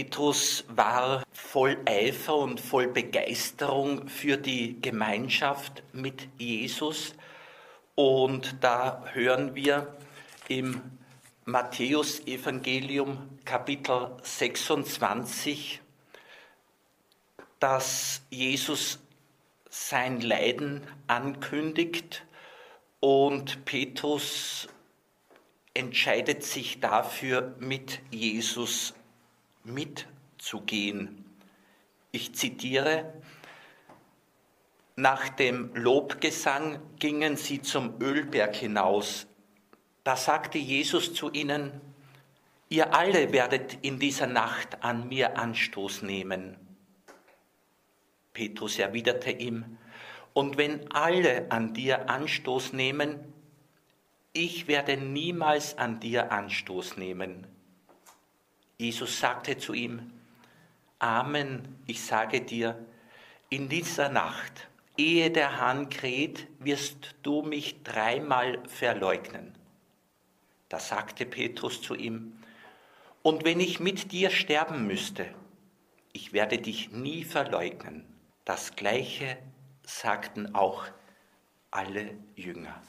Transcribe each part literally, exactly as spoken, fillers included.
Petrus war voll Eifer und voll Begeisterung für die Gemeinschaft mit Jesus. Und da hören wir im Matthäus-Evangelium Kapitel sechsundzwanzig, dass Jesus sein Leiden ankündigt und Petrus entscheidet sich dafür, mit Jesus mitzugehen. Ich zitiere: Nach dem Lobgesang gingen sie zum Ölberg hinaus. Da sagte Jesus zu ihnen: Ihr alle werdet in dieser Nacht an mir Anstoß nehmen. Petrus erwiderte ihm: Und wenn alle an dir Anstoß nehmen, ich werde niemals an dir Anstoß nehmen. Jesus sagte zu ihm: Amen, ich sage dir, in dieser Nacht, ehe der Hahn kräht, wirst du mich dreimal verleugnen. Da sagte Petrus zu ihm: Und wenn ich mit dir sterben müsste, ich werde dich nie verleugnen. Das Gleiche sagten auch alle Jünger.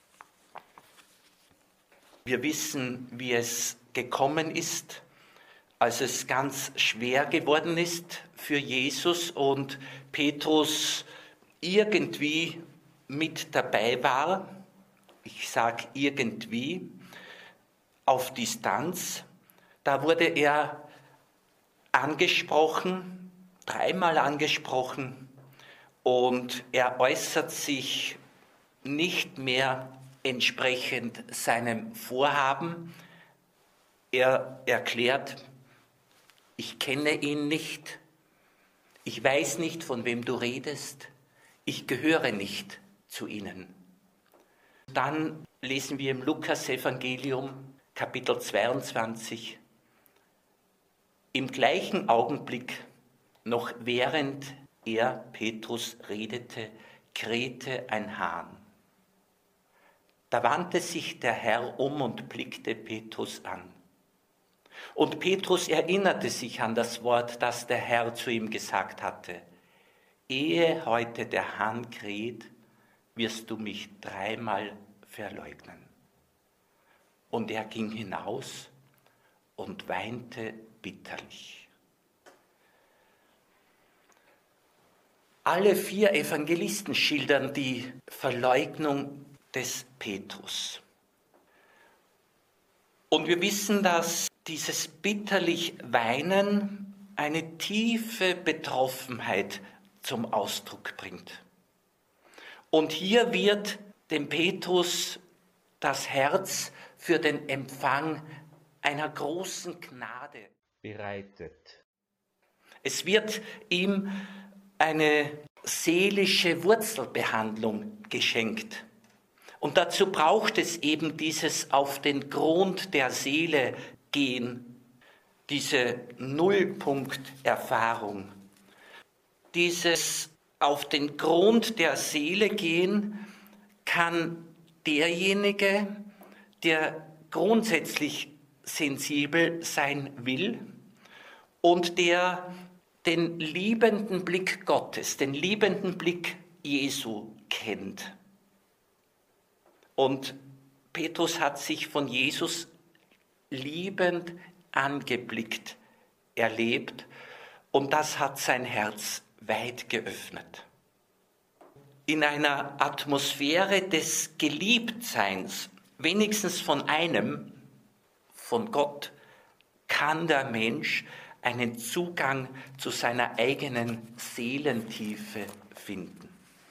Wir wissen, wie es gekommen ist, als es ganz schwer geworden ist für Jesus und Petrus irgendwie mit dabei war. Ich sage irgendwie, auf Distanz. Da wurde er angesprochen, dreimal angesprochen, und er äußert sich nicht mehr entsprechend seinem Vorhaben. Er erklärt: Ich kenne ihn nicht, ich weiß nicht, von wem du redest, ich gehöre nicht zu ihnen. Dann lesen wir im Lukas-Evangelium, Kapitel zweiundzwanzig, im gleichen Augenblick, noch während er, Petrus, redete, krähte ein Hahn. Da wandte sich der Herr um und blickte Petrus an. Und Petrus erinnerte sich an das Wort, das der Herr zu ihm gesagt hatte: Ehe heute der Hahn kräht, wirst du mich dreimal verleugnen. Und er ging hinaus und weinte bitterlich. Alle vier Evangelisten schildern die Verleugnung des Petrus. Und wir wissen, dass dieses bitterlich Weinen eine tiefe Betroffenheit zum Ausdruck bringt. Und hier wird dem Petrus das Herz für den Empfang einer großen Gnade bereitet. Es wird ihm eine seelische Wurzelbehandlung geschenkt. Und dazu braucht es eben dieses auf den Grund der Seele gehen, diese Nullpunkterfahrung, dieses auf den Grund der Seele gehen kann derjenige, der grundsätzlich sensibel sein will und der den liebenden Blick Gottes, den liebenden Blick Jesu kennt. Und Petrus hat sich von Jesus liebend angeblickt erlebt und das hat sein Herz weit geöffnet. In einer Atmosphäre des Geliebtseins, wenigstens von einem, von Gott, kann der Mensch einen Zugang zu seiner eigenen Seelentiefe finden.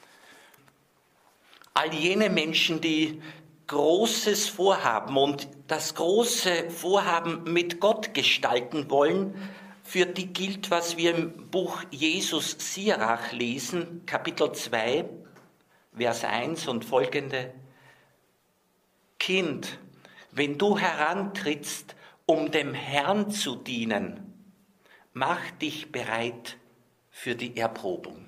All jene Menschen, die Großes vorhaben und das große Vorhaben mit Gott gestalten wollen, für die gilt, was wir im Buch Jesus Sirach lesen, Kapitel zwei, Vers eins und folgende: Kind, wenn du herantrittst, um dem Herrn zu dienen, mach dich bereit für die Erprobung.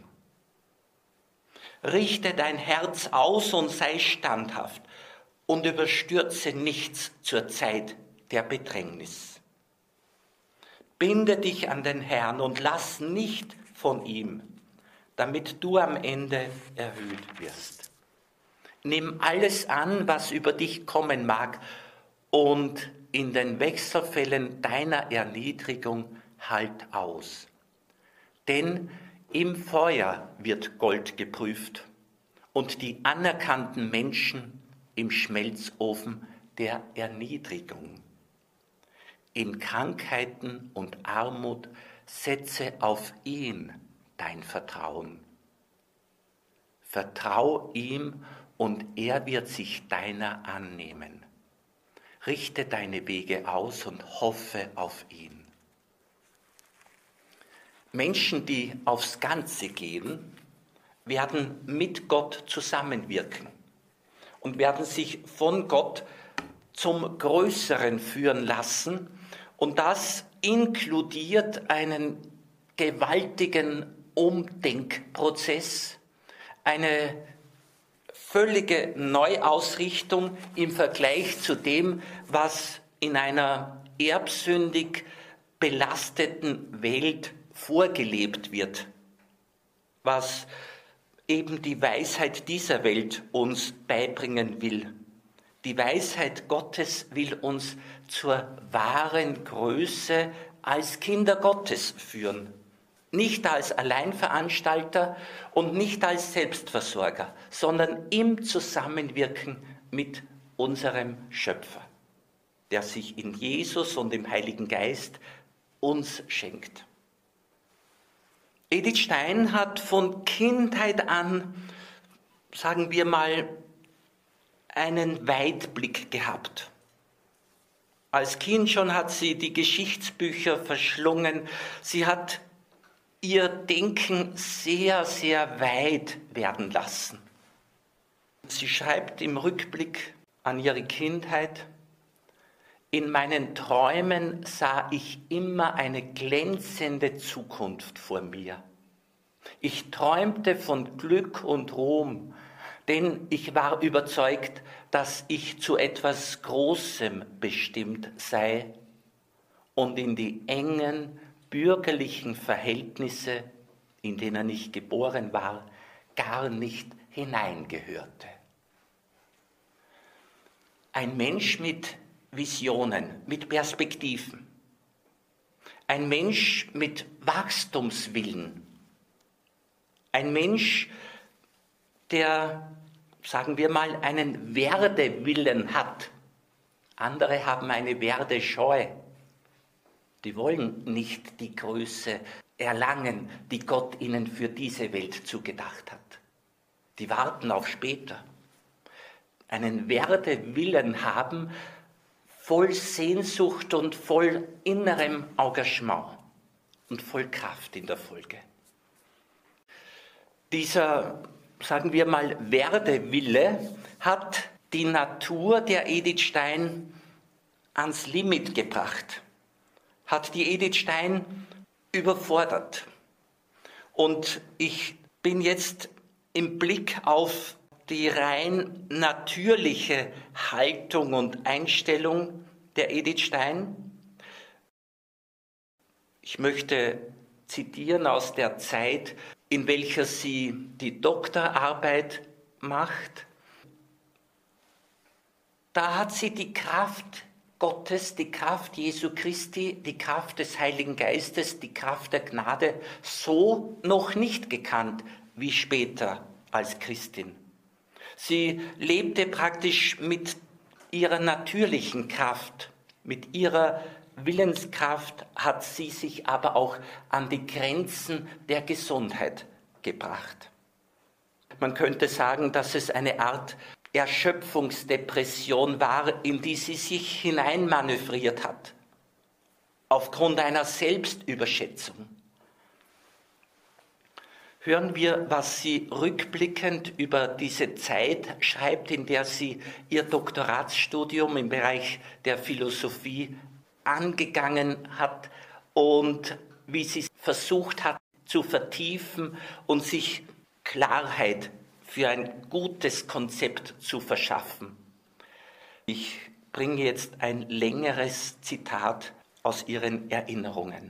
Richte dein Herz aus und sei standhaft und überstürze nichts zur Zeit der Bedrängnis. Binde dich an den Herrn und lass nicht von ihm, damit du am Ende erhöht wirst. Nimm alles an, was über dich kommen mag, und in den Wechselfällen deiner Erniedrigung halt aus. Denn im Feuer wird Gold geprüft und die anerkannten Menschen im Schmelzofen der Erniedrigung. In Krankheiten und Armut setze auf ihn dein Vertrauen. Vertrau ihm und er wird sich deiner annehmen. Richte deine Wege aus und hoffe auf ihn. Menschen, die aufs Ganze gehen, werden mit Gott zusammenwirken und werden sich von Gott zum Größeren führen lassen. Und das inkludiert einen gewaltigen Umdenkprozess, eine völlige Neuausrichtung im Vergleich zu dem, was in einer erbsündig belasteten Welt vorgelebt wird, was eben die Weisheit dieser Welt uns beibringen will. Die Weisheit Gottes will uns zur wahren Größe als Kinder Gottes führen. Nicht als Alleinveranstalter und nicht als Selbstversorger, sondern im Zusammenwirken mit unserem Schöpfer, der sich in Jesus und im Heiligen Geist uns schenkt. Edith Stein hat von Kindheit an, sagen wir mal, einen Weitblick gehabt. Als Kind schon hat sie die Geschichtsbücher verschlungen. Sie hat ihr Denken sehr, sehr weit werden lassen. Sie schreibt im Rückblick an ihre Kindheit: In meinen Träumen sah ich immer eine glänzende Zukunft vor mir. Ich träumte von Glück und Ruhm, denn ich war überzeugt, dass ich zu etwas Großem bestimmt sei und in die engen bürgerlichen Verhältnisse, in denen ich geboren war, gar nicht hineingehörte. Ein Mensch mit Visionen, mit Perspektiven. Ein Mensch mit Wachstumswillen. Ein Mensch, der, sagen wir mal, einen Werdewillen hat. Andere haben eine Werdescheu. Die wollen nicht die Größe erlangen, die Gott ihnen für diese Welt zugedacht hat. Die warten auf später. Einen Werdewillen haben, voll Sehnsucht und voll innerem Engagement und voll Kraft in der Folge. Dieser, sagen wir mal, Werdewille hat die Natur der Edith Stein ans Limit gebracht, hat die Edith Stein überfordert. Und ich bin jetzt im Blick auf die rein natürliche Haltung und Einstellung der Edith Stein. Ich möchte zitieren aus der Zeit, in welcher sie die Doktorarbeit macht. Da hat sie die Kraft Gottes, die Kraft Jesu Christi, die Kraft des Heiligen Geistes, die Kraft der Gnade so noch nicht gekannt wie später als Christin. Sie lebte praktisch mit ihrer natürlichen Kraft, mit ihrer Willenskraft hat sie sich aber auch an die Grenzen der Gesundheit gebracht. Man könnte sagen, dass es eine Art Erschöpfungsdepression war, in die sie sich hineinmanövriert hat, aufgrund einer Selbstüberschätzung. Hören wir, was sie rückblickend über diese Zeit schreibt, in der sie ihr Doktoratsstudium im Bereich der Philosophie angegangen hat und wie sie versucht hat zu vertiefen und sich Klarheit für ein gutes Konzept zu verschaffen. Ich bringe jetzt ein längeres Zitat aus ihren Erinnerungen.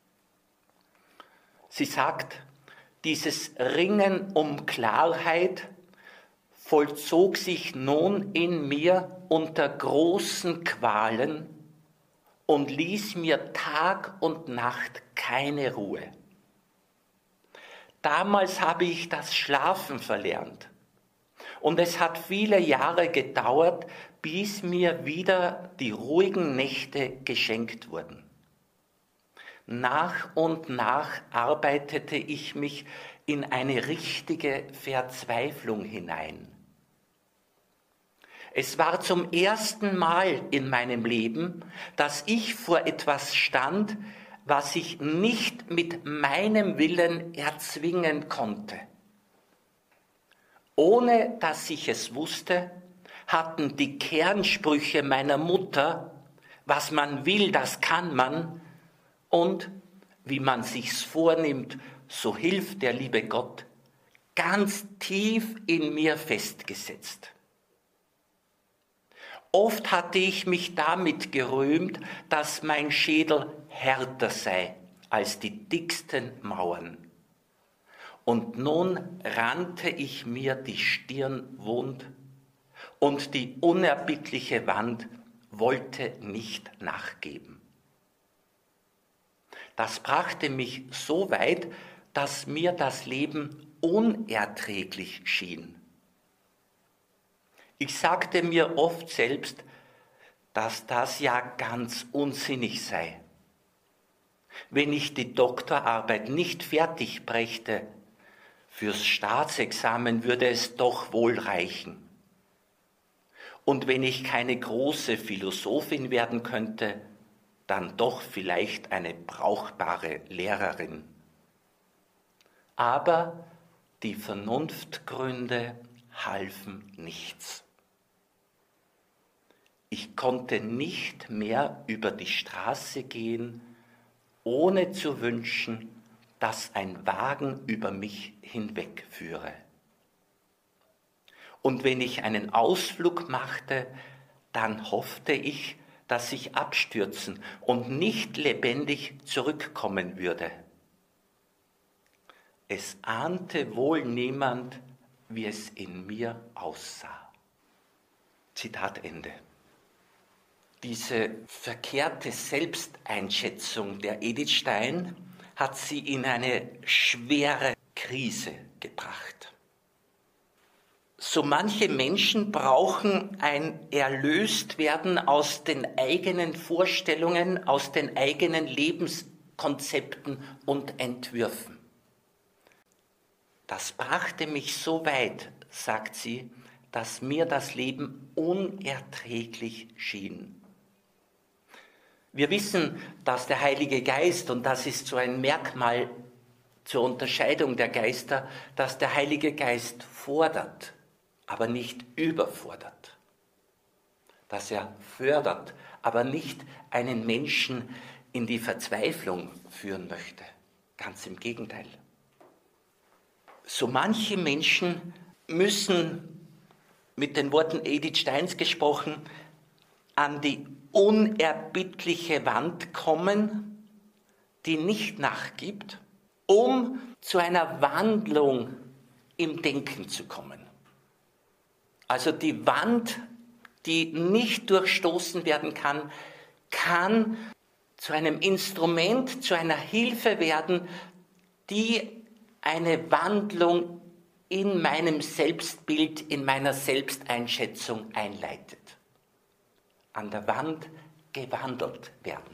Sie sagt, dieses Ringen um Klarheit vollzog sich nun in mir unter großen Qualen und ließ mir Tag und Nacht keine Ruhe. Damals habe ich das Schlafen verlernt und es hat viele Jahre gedauert, bis mir wieder die ruhigen Nächte geschenkt wurden. Nach und nach arbeitete ich mich in eine richtige Verzweiflung hinein. Es war zum ersten Mal in meinem Leben, dass ich vor etwas stand, was ich nicht mit meinem Willen erzwingen konnte. Ohne dass ich es wusste, hatten die Kernsprüche meiner Mutter, was man will, das kann man, und wie man sich's vornimmt, so hilft der liebe Gott, ganz tief in mir festgesetzt. Oft hatte ich mich damit gerühmt, dass mein Schädel härter sei als die dicksten Mauern. Und nun rannte ich mir die Stirn wund und die unerbittliche Wand wollte nicht nachgeben. Das brachte mich so weit, dass mir das Leben unerträglich schien. Ich sagte mir oft selbst, dass das ja ganz unsinnig sei. Wenn ich die Doktorarbeit nicht fertig brächte, fürs Staatsexamen würde es doch wohl reichen. Und wenn ich keine große Philosophin werden könnte, dann doch vielleicht eine brauchbare Lehrerin. Aber die Vernunftgründe halfen nichts. Ich konnte nicht mehr über die Straße gehen, ohne zu wünschen, dass ein Wagen über mich hinwegführe. Und wenn ich einen Ausflug machte, dann hoffte ich, dass ich abstürzen und nicht lebendig zurückkommen würde. Es ahnte wohl niemand, wie es in mir aussah. Zitat Ende. Diese verkehrte Selbsteinschätzung der Edith Stein hat sie in eine schwere Krise gebracht. So manche Menschen brauchen ein Erlöstwerden aus den eigenen Vorstellungen, aus den eigenen Lebenskonzepten und Entwürfen. Das brachte mich so weit, sagt sie, dass mir das Leben unerträglich schien. Wir wissen, dass der Heilige Geist, und das ist so ein Merkmal zur Unterscheidung der Geister, dass der Heilige Geist fordert, aber nicht überfordert. Dass er fördert, aber nicht einen Menschen in die Verzweiflung führen möchte. Ganz im Gegenteil. So manche Menschen müssen, mit den Worten Edith Steins gesprochen, an die unerbittliche Wand kommen, die nicht nachgibt, um zu einer Wandlung im Denken zu kommen. Also die Wand, die nicht durchstoßen werden kann, kann zu einem Instrument, zu einer Hilfe werden, die eine Wandlung in meinem Selbstbild, in meiner Selbsteinschätzung einleitet. An der Wand gewandelt werden.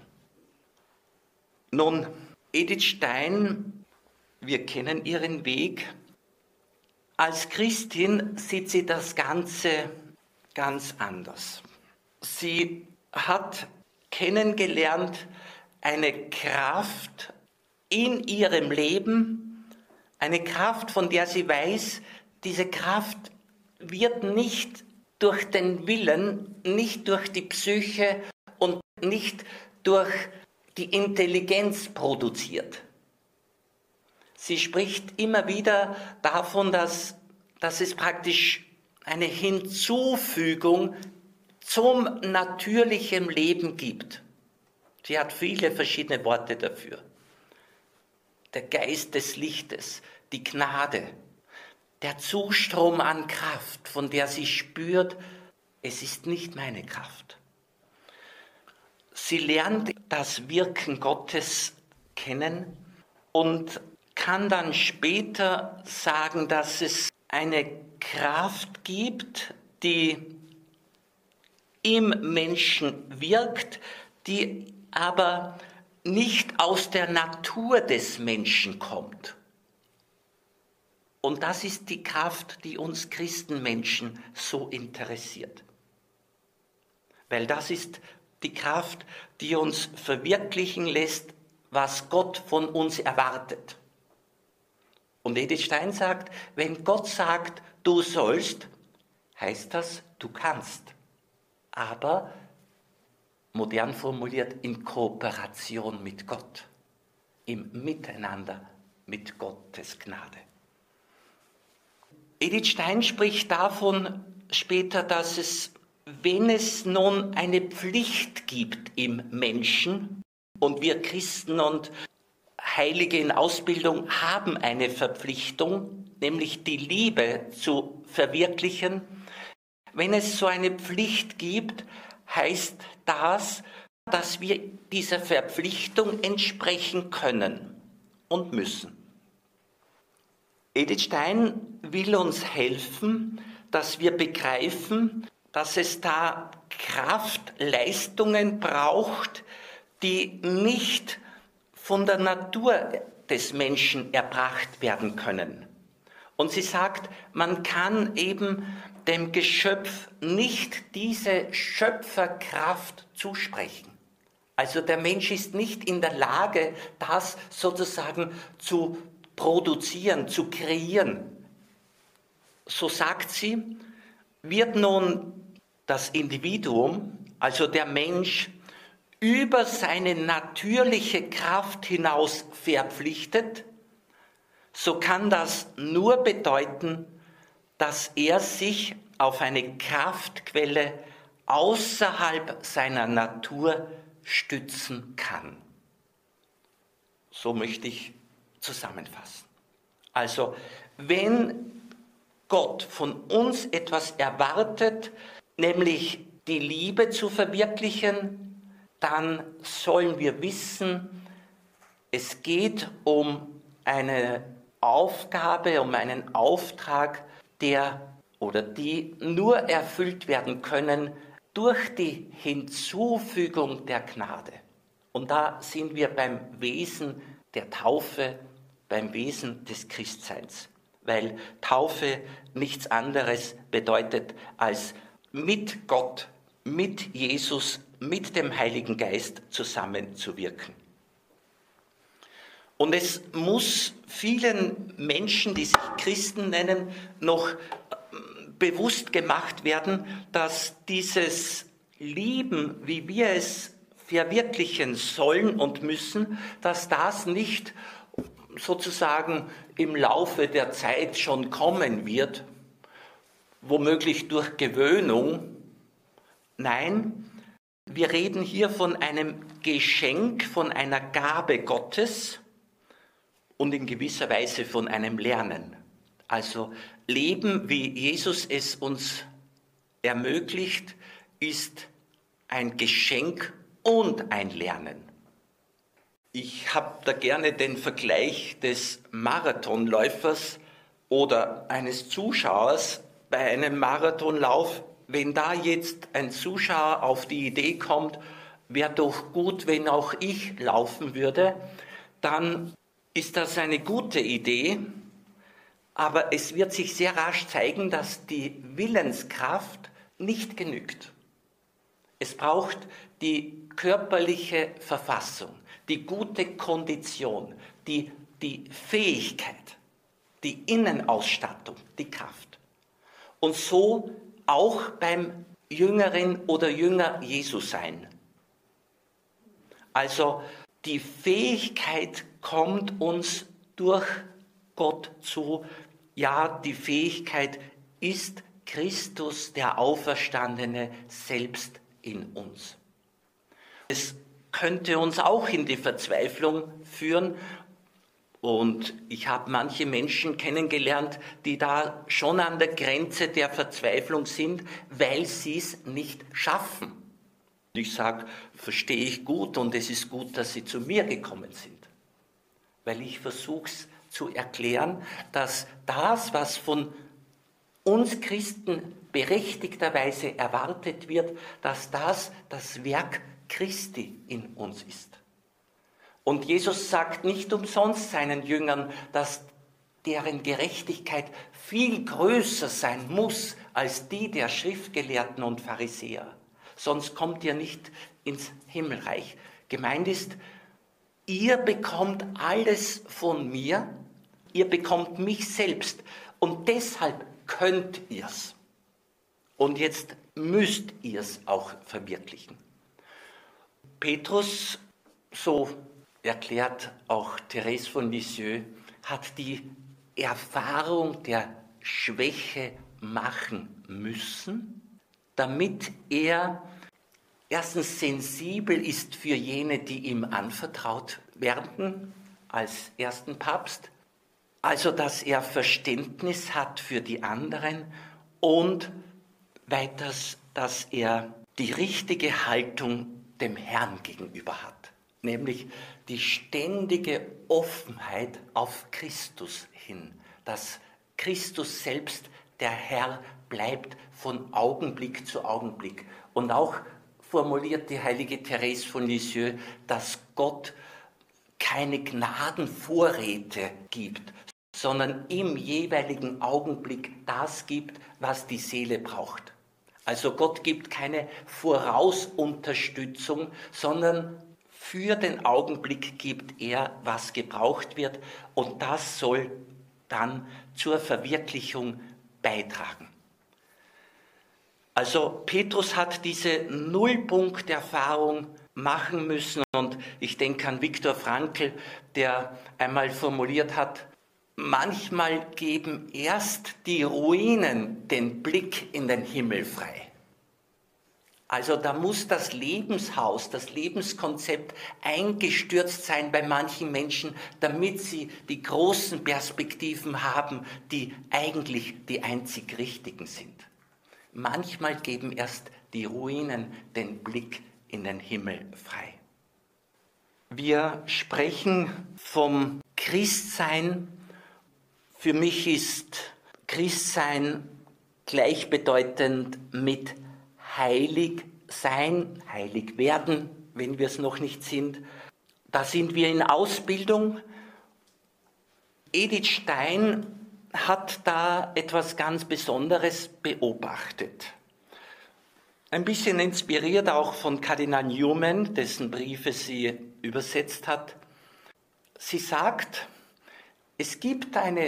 Nun, Edith Stein, wir kennen ihren Weg. Als Christin sieht sie das Ganze ganz anders. Sie hat kennengelernt eine Kraft in ihrem Leben, eine Kraft, von der sie weiß, diese Kraft wird nicht durch den Willen, nicht durch die Psyche und nicht durch die Intelligenz produziert. Sie spricht immer wieder davon, dass, dass es praktisch eine Hinzufügung zum natürlichen Leben gibt. Sie hat viele verschiedene Worte dafür. Der Geist des Lichtes, die Gnade, der Zustrom an Kraft, von der sie spürt, es ist nicht meine Kraft. Sie lernt das Wirken Gottes kennen und kann dann später sagen, dass es eine Kraft gibt, die im Menschen wirkt, die aber nicht aus der Natur des Menschen kommt. Und das ist die Kraft, die uns Christenmenschen so interessiert. Weil das ist die Kraft, die uns verwirklichen lässt, was Gott von uns erwartet. Und Edith Stein sagt, wenn Gott sagt, du sollst, heißt das, du kannst. Aber, modern formuliert, in Kooperation mit Gott, im Miteinander mit Gottes Gnade. Edith Stein spricht davon später, dass es, wenn es nun eine Pflicht gibt im Menschen, und wir Christen und Heilige in Ausbildung haben eine Verpflichtung, nämlich die Liebe zu verwirklichen. Wenn es so eine Pflicht gibt, heißt das, dass wir dieser Verpflichtung entsprechen können und müssen. Edith Stein will uns helfen, dass wir begreifen, dass es da Kraftleistungen braucht, die nicht von der Natur des Menschen erbracht werden können. Und sie sagt, man kann eben dem Geschöpf nicht diese Schöpferkraft zusprechen. Also der Mensch ist nicht in der Lage, das sozusagen zu produzieren, zu kreieren. So sagt sie, wird nun das Individuum, also der Mensch, über seine natürliche Kraft hinaus verpflichtet, so kann das nur bedeuten, dass er sich auf eine Kraftquelle außerhalb seiner Natur stützen kann. So möchte ich zusammenfassen. Also, wenn Gott von uns etwas erwartet, nämlich die Liebe zu verwirklichen, dann sollen wir wissen, es geht um eine Aufgabe, um einen Auftrag, der oder die nur erfüllt werden können durch die Hinzufügung der Gnade. Und da sind wir beim Wesen der Taufe, beim Wesen des Christseins, weil Taufe nichts anderes bedeutet, als mit Gott, mit Jesus, mit dem Heiligen Geist zusammenzuwirken. Und es muss vielen Menschen, die sich Christen nennen, noch bewusst gemacht werden, dass dieses Lieben, wie wir es verwirklichen sollen und müssen, dass das nicht sozusagen im Laufe der Zeit schon kommen wird, womöglich durch Gewöhnung. Nein, wir reden hier von einem Geschenk, von einer Gabe Gottes und in gewisser Weise von einem Lernen. Also Leben, wie Jesus es uns ermöglicht, ist ein Geschenk und ein Lernen. Ich habe da gerne den Vergleich des Marathonläufers oder eines Zuschauers bei einem Marathonlauf. Wenn da jetzt ein Zuschauer auf die Idee kommt, wäre doch gut, wenn auch ich laufen würde, dann ist das eine gute Idee, aber es wird sich sehr rasch zeigen, dass die Willenskraft nicht genügt. Es braucht die körperliche Verfassung, die gute Kondition, die, die Fähigkeit, die Innenausstattung, die Kraft. Und so auch beim Jüngerin oder Jünger Jesu sein. Also die Fähigkeit kommt uns durch Gott zu. Ja, die Fähigkeit ist Christus, der Auferstandene, selbst in uns. Es könnte uns auch in die Verzweiflung führen. Und ich habe manche Menschen kennengelernt, die da schon an der Grenze der Verzweiflung sind, weil sie es nicht schaffen. Ich sage, verstehe ich gut und es ist gut, dass sie zu mir gekommen sind. Weil ich versuche es zu erklären, dass das, was von uns Christen berechtigterweise erwartet wird, dass das das Werk Christi in uns ist. Und Jesus sagt nicht umsonst seinen Jüngern, dass deren Gerechtigkeit viel größer sein muss als die der Schriftgelehrten und Pharisäer. Sonst kommt ihr nicht ins Himmelreich. Gemeint ist, ihr bekommt alles von mir, ihr bekommt mich selbst und deshalb könnt ihr's. Und jetzt müsst ihr es auch verwirklichen. Petrus, so erklärt auch Thérèse von Lisieux, hat die Erfahrung der Schwäche machen müssen, damit er erstens sensibel ist für jene, die ihm anvertraut werden, als ersten Papst, also dass er Verständnis hat für die anderen und weiters, dass er die richtige Haltung dem Herrn gegenüber hat. Nämlich die ständige Offenheit auf Christus hin, dass Christus selbst der Herr bleibt von Augenblick zu Augenblick. Und auch formuliert die heilige Thérèse von Lisieux, dass Gott keine Gnadenvorräte gibt, sondern im jeweiligen Augenblick das gibt, was die Seele braucht. Also Gott gibt keine Vorausunterstützung, sondern für den Augenblick gibt er, was gebraucht wird, und das soll dann zur Verwirklichung beitragen. Also Petrus hat diese Nullpunkt-Erfahrung machen müssen und ich denke an Viktor Frankl, der einmal formuliert hat, manchmal geben erst die Ruinen den Blick in den Himmel frei. Also da muss das Lebenshaus, das Lebenskonzept eingestürzt sein bei manchen Menschen, damit sie die großen Perspektiven haben, die eigentlich die einzig richtigen sind. Manchmal geben erst die Ruinen den Blick in den Himmel frei. Wir sprechen vom Christsein. Für mich ist Christsein gleichbedeutend mit heilig sein, heilig werden, wenn wir es noch nicht sind. Da sind wir in Ausbildung. Edith Stein hat da etwas ganz Besonderes beobachtet. Ein bisschen inspiriert auch von Kardinal Newman, dessen Briefe sie übersetzt hat. Sie sagt, es gibt eine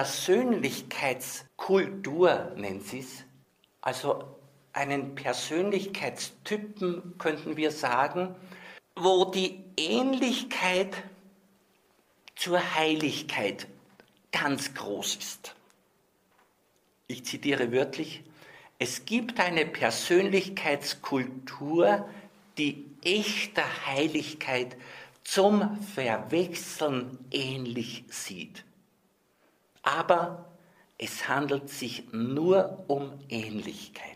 Persönlichkeitskultur, nennt sie es, also einen Persönlichkeitstypen, könnten wir sagen, wo die Ähnlichkeit zur Heiligkeit ganz groß ist. Ich zitiere wörtlich, es gibt eine Persönlichkeitskultur, die echter Heiligkeit zum Verwechseln ähnlich sieht. Aber es handelt sich nur um Ähnlichkeit.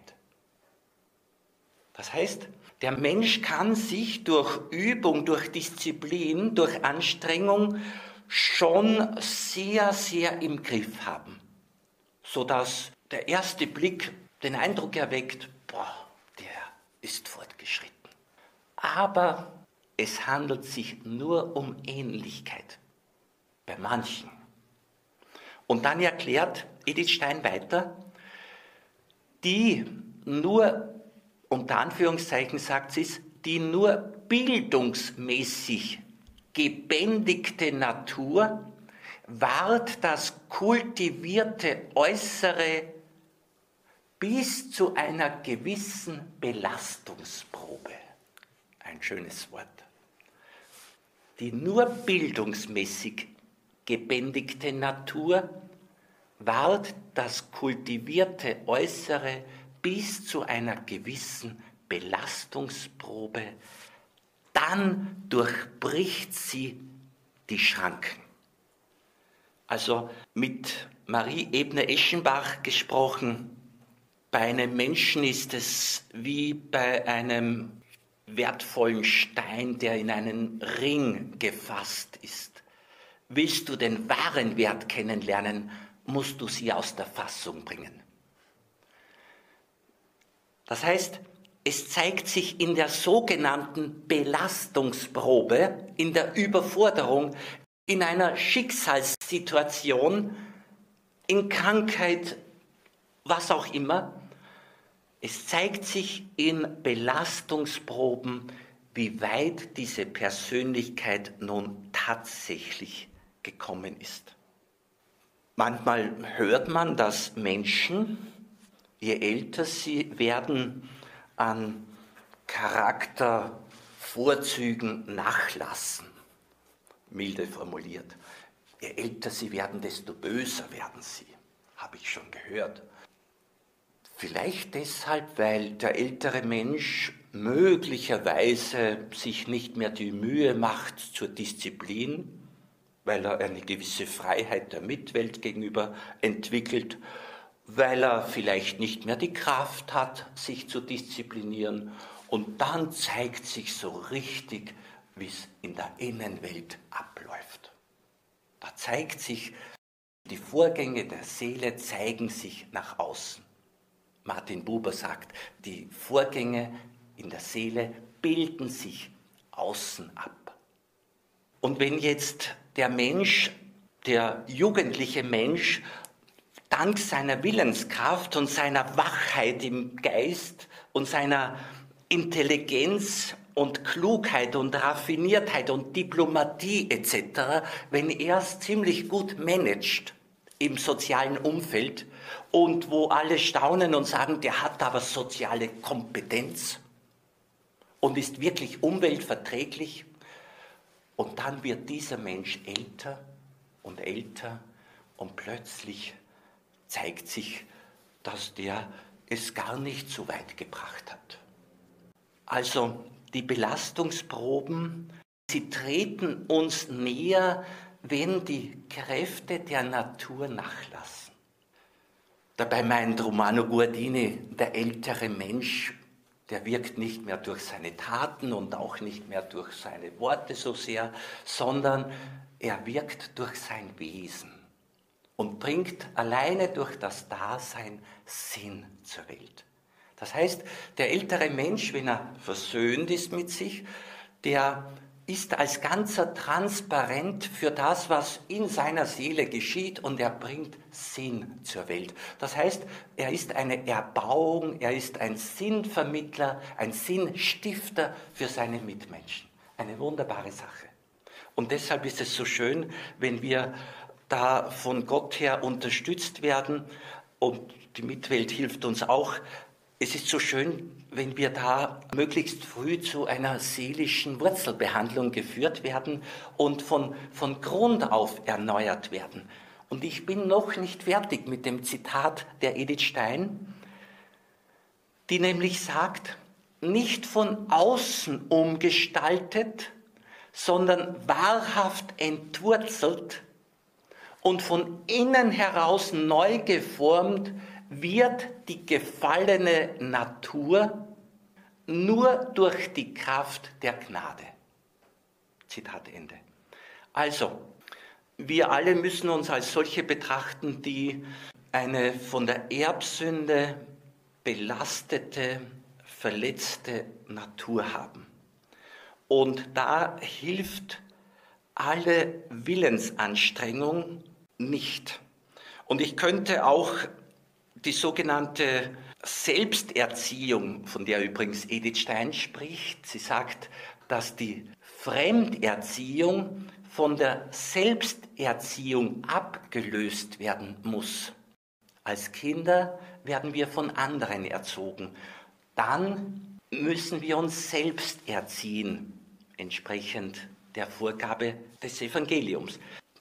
Das heißt, der Mensch kann sich durch Übung, durch Disziplin, durch Anstrengung schon sehr, sehr im Griff haben, sodass der erste Blick den Eindruck erweckt, boah, der ist fortgeschritten. Aber es handelt sich nur um Ähnlichkeit, bei manchen. Und dann erklärt Edith Stein weiter, die nur, unter Anführungszeichen sagt sie es, die nur bildungsmäßig gebändigte Natur wahrt das kultivierte Äußere bis zu einer gewissen Belastungsprobe. Ein schönes Wort. Die nur bildungsmäßig gebändigte Natur wahrt das kultivierte Äußere bis zu einer gewissen Belastungsprobe. dann durchbricht sie die Schranken. Also mit Marie Ebner-Eschenbach gesprochen, bei einem Menschen ist es wie bei einem wertvollen Stein, der in einen Ring gefasst ist. Willst du den wahren Wert kennenlernen, musst du sie aus der Fassung bringen. Das heißt, es zeigt sich in der sogenannten Belastungsprobe, in der Überforderung, in einer Schicksalssituation, in Krankheit, was auch immer. Es zeigt sich in Belastungsproben, wie weit diese Persönlichkeit nun tatsächlich gekommen ist. Manchmal hört man, dass Menschen, je älter sie werden, an Charaktervorzügen nachlassen. Milde formuliert. Je älter sie werden, desto böser werden sie, habe ich schon gehört. Vielleicht deshalb, weil der ältere Mensch möglicherweise sich nicht mehr die Mühe macht zur Disziplin, weil er eine gewisse Freiheit der Mitwelt gegenüber entwickelt, weil er vielleicht nicht mehr die Kraft hat, sich zu disziplinieren. Und dann zeigt sich so richtig, wie es in der Innenwelt abläuft. Da zeigt sich, die Vorgänge der Seele zeigen sich nach außen. Martin Buber sagt, die Vorgänge in der Seele bilden sich außen ab. Und wenn jetzt der Mensch, der jugendliche Mensch, dank seiner Willenskraft und seiner Wachheit im Geist und seiner Intelligenz und Klugheit und Raffiniertheit und Diplomatie et cetera, wenn er es ziemlich gut managt im sozialen Umfeld und wo alle staunen und sagen, der hat aber soziale Kompetenz und ist wirklich umweltverträglich, und dann wird dieser Mensch älter und älter und plötzlich zeigt sich, dass der es gar nicht so weit gebracht hat. Also die Belastungsproben, sie treten uns näher, wenn die Kräfte der Natur nachlassen. Dabei meint Romano Guardini, der ältere Mensch, der wirkt nicht mehr durch seine Taten und auch nicht mehr durch seine Worte so sehr, sondern er wirkt durch sein Wesen und bringt alleine durch das Dasein Sinn zur Welt. Das heißt, der ältere Mensch, wenn er versöhnt ist mit sich, der ist als Ganzer transparent für das, was in seiner Seele geschieht, und er bringt Sinn zur Welt. Das heißt, er ist eine Erbauung, er ist ein Sinnvermittler, ein Sinnstifter für seine Mitmenschen. Eine wunderbare Sache. Und deshalb ist es so schön, wenn wir da von Gott her unterstützt werden, und die Mitwelt hilft uns auch. Es ist so schön, wenn wir da möglichst früh zu einer seelischen Wurzelbehandlung geführt werden und von, von Grund auf erneuert werden. Und ich bin noch nicht fertig mit dem Zitat der Edith Stein, die nämlich sagt, nicht von außen umgestaltet, sondern wahrhaft entwurzelt und von innen heraus neu geformt, wird die gefallene Natur nur durch die Kraft der Gnade. Zitat Ende. Also, wir alle müssen uns als solche betrachten, die eine von der Erbsünde belastete, verletzte Natur haben. Und da hilft alle Willensanstrengung nicht. Und ich könnte auch die sogenannte Selbsterziehung, von der übrigens Edith Stein spricht, sie sagt, dass die Fremderziehung von der Selbsterziehung abgelöst werden muss. Als Kinder werden wir von anderen erzogen. Dann müssen wir uns selbst erziehen, entsprechend der Vorgabe des Evangeliums.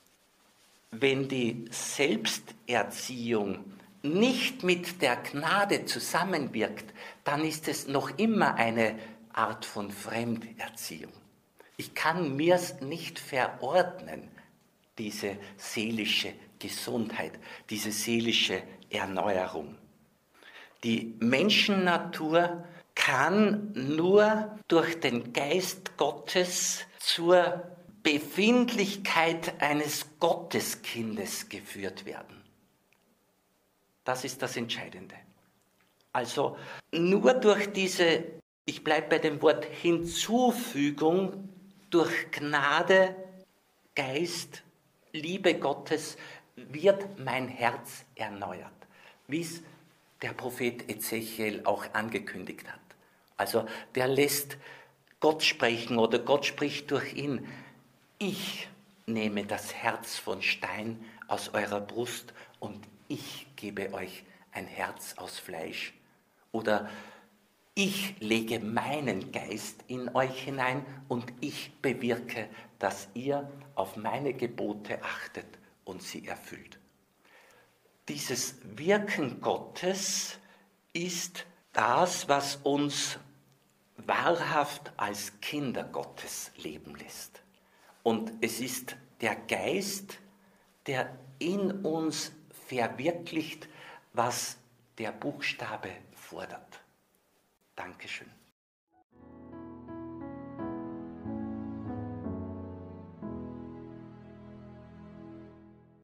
Wenn die Selbsterziehung nicht mit der Gnade zusammenwirkt, dann ist es noch immer eine Art von Fremderziehung. Ich kann mir's nicht verordnen, diese seelische Gesundheit, diese seelische Erneuerung. Die Menschennatur kann nur durch den Geist Gottes zur Befindlichkeit eines Gotteskindes geführt werden. Das ist das Entscheidende. Also nur durch diese, ich bleibe bei dem Wort Hinzufügung, durch Gnade, Geist, Liebe Gottes wird mein Herz erneuert, wie es der Prophet Ezechiel auch angekündigt hat. Also der lässt Gott sprechen oder Gott spricht durch ihn. Ich nehme das Herz von Stein aus eurer Brust und ich gebe euch ein Herz aus Fleisch. Oder ich lege meinen Geist in euch hinein und ich bewirke, dass ihr auf meine Gebote achtet und sie erfüllt. Dieses Wirken Gottes ist das, was uns wahrhaft als Kinder Gottes leben lässt. Und es ist der Geist, der in uns verwirklicht, was der Buchstabe fordert. Dankeschön.